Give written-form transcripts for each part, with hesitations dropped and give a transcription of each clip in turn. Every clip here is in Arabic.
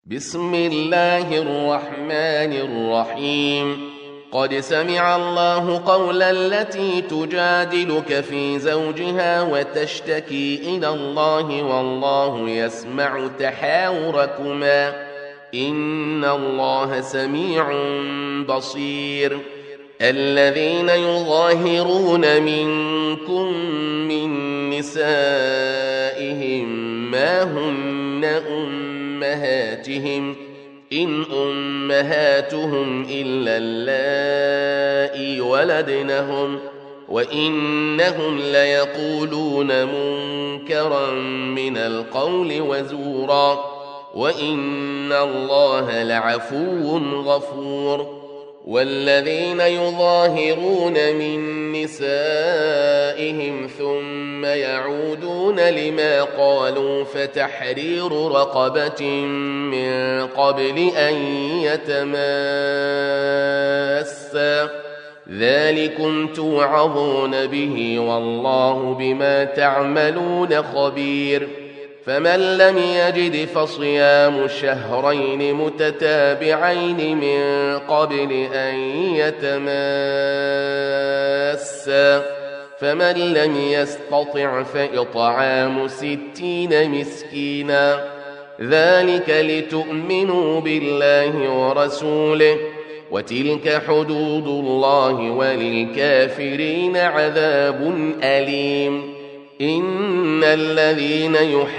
بسم الله الرحمن الرحيم. قد سمع الله قول التي تجادلك في زوجها وتشتكي إلى الله والله يسمع تحاوركما إن الله سميع بصير. الذين يظاهرون منكم من نسائهم ما هن أمهاتهم إن أمهاتهم إلا اللائي ولدنهم وإنهم ليقولون منكرا من القول وزورا وإن الله لعفو غفور. والذين يظاهرون من نسائهم ثم يعودون لما قالوا فتحرير رقبة من قبل أن يتماسا ذلكم توعظون به والله بما تعملون خبير. فمن لم يجد فصيام شهرين متتابعين من قبل أن يتماسا فمن لم يستطع فإطعام 60 مسكينا ذلك لتؤمنوا بالله ورسوله وتلك حدود الله وللكافرين عذاب أليم. إن الذين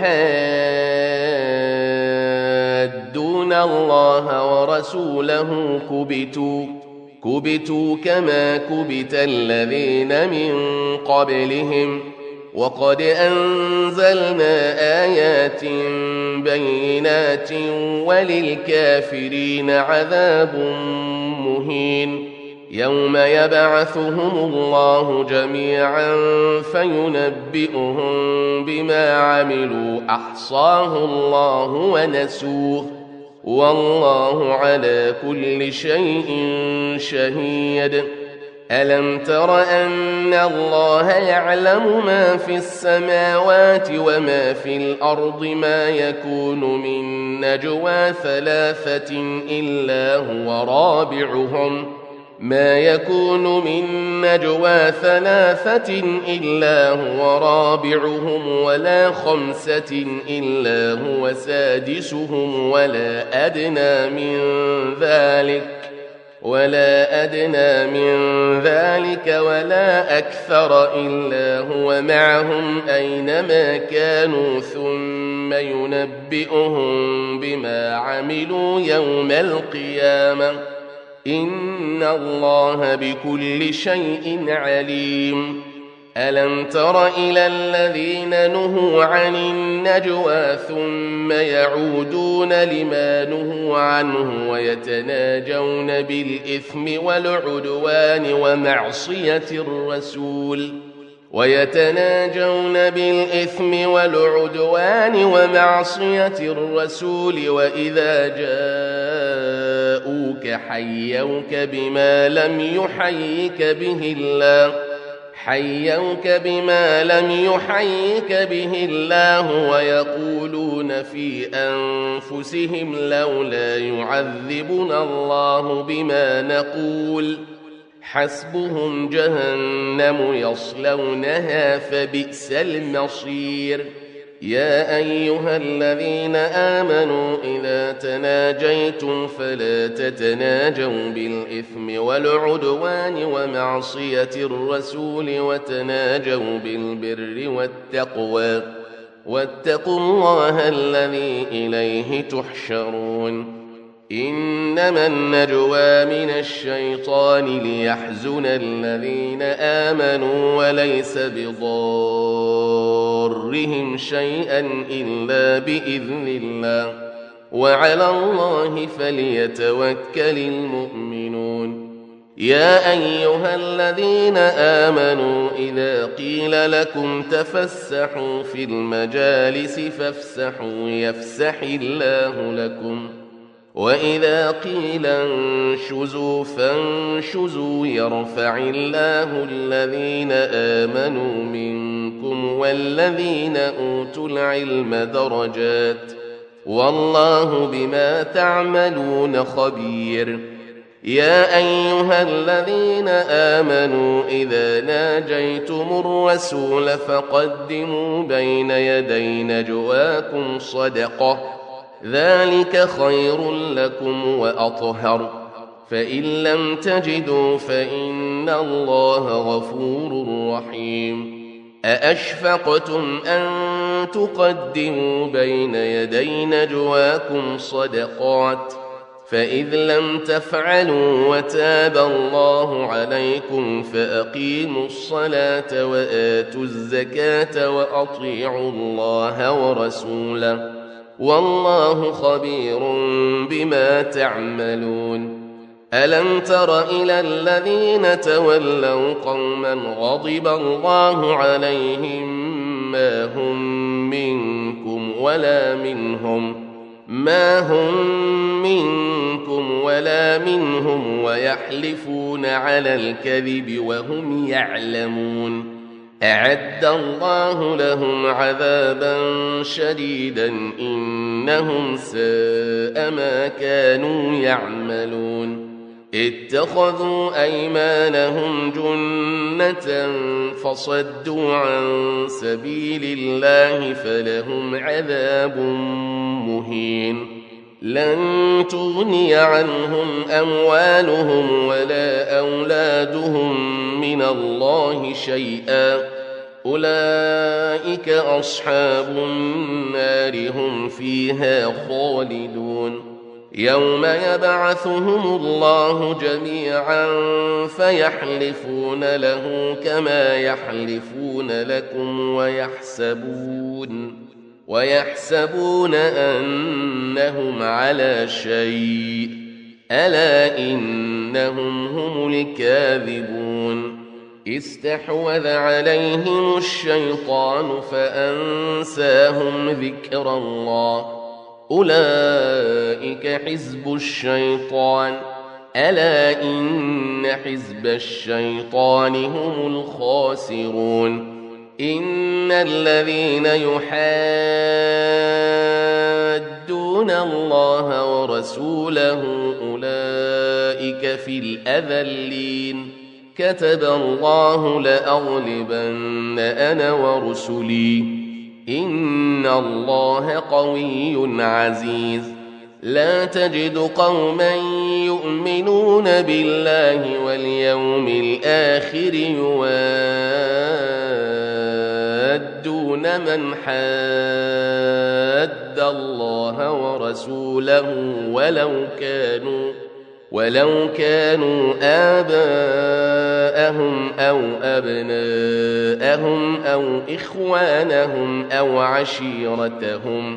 يحادون الله ورسوله كبتوا كما كبت الذين من قبلهم وقد أنزلنا آيات بينات وللكافرين عذاب مهين. يوم يبعثهم الله جميعا فينبئهم بما عملوا أحصاه الله ونسوه والله على كل شيء شهيد. ألم تر أن الله يعلم ما في السماوات وما في الأرض ما يكون من نجوى ثلاثة إلا هو رابعهم ولا 5 إلا هو سادسهم ولا أدنى من ذلك ولا أكثر إلا هو معهم أينما كانوا ثم ينبئهم بما عملوا يوم القيامة إن الله بكل شيء عليم. ألم تر إلى الذين نهوا عن النجوى ثم يعودون لما نهوا عنه ويتناجون بالإثم والعدوان ومعصية الرسول وإذا جاءوك حيوك بما لم يحيك به الله ويقولون في أنفسهم لولا يعذبنا الله بما نقول حسبهم جهنم يصلونها فبئس المصير. يا أيها الذين آمنوا إذا تناجيتم فلا تتناجوا بالإثم والعدوان ومعصية الرسول وتناجوا بالبر والتقوى واتقوا الله الذي إليه تحشرون. إنما النجوى من الشيطان ليحزن الذين آمنوا وليس بضارهم شيئا إلا بإذن الله وعلى الله فليتوكل المؤمنون. يا أيها الذين آمنوا إذا قيل لكم تفسحوا في المجالس فافسحوا يفسح الله لكم وإذا قيل انشزوا فانشزوا يرفع الله الذين آمنوا منكم والذين أوتوا العلم درجات والله بما تعملون خبير. يا أيها الذين آمنوا إذا ناجيتم الرسول فقدموا بين يدي نجواكم صدقة، ذلك خير لكم وأطهر، فإن لم تجدوا فإن الله غفور رحيم. أأشفقتم أن تقدموا بين يدي نجواكم صدقات، فإذ لم تفعلوا وتاب الله عليكم فأقيموا الصلاة وآتوا الزكاة وأطيعوا الله ورسوله، والله خبير بما تعملون. ألم تر إلى الذين تولوا قوما غضب الله عليهم ما هم منكم ولا منهم ويحلفون على الكذب وهم يعلمون. أعد الله لهم عذابا شديدا إنهم ساء ما كانوا يعملون. اتخذوا أيمانهم جنة فصدوا عن سبيل الله فلهم عذاب مهين. لن تغني عنهم أموالهم ولا أولادهم من الله شيئا، أولئك أصحاب النار هم فيها خالدون. يوم يبعثهم الله جميعا فيحلفون له كما يحلفون لكم ويحسبون أنهم على شيء، ألا إنهم هم الكاذبون. استحوذ عليهم الشيطان فأنساهم ذكر الله، أولئك حزب الشيطان، ألا إن حزب الشيطان هم الخاسرون. إن الذين يحادون الله ورسوله أولئك في الأذلين. كتب الله لأغلبن أنا ورسلي، إن الله قوي عزيز. لا تجد قوما يؤمنون بالله واليوم الآخر يوادون من حاد الله ورسوله ولو كانوا آباءهم أو أبناءهم أو إخوانهم أو عشيرتهم،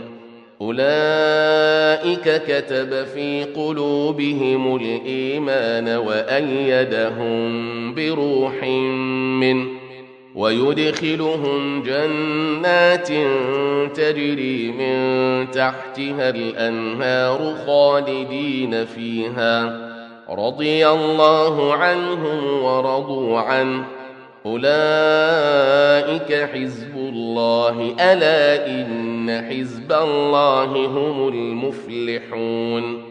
أولئك كتب في قلوبهم الإيمان وأيدهم بروح منه، ويدخلهم جنات تجري من تحتها الأنهار خالدين فيها، رضي الله عنهم ورضوا عنه، أولئك حزب الله، ألا إن حزب الله هم المفلحون.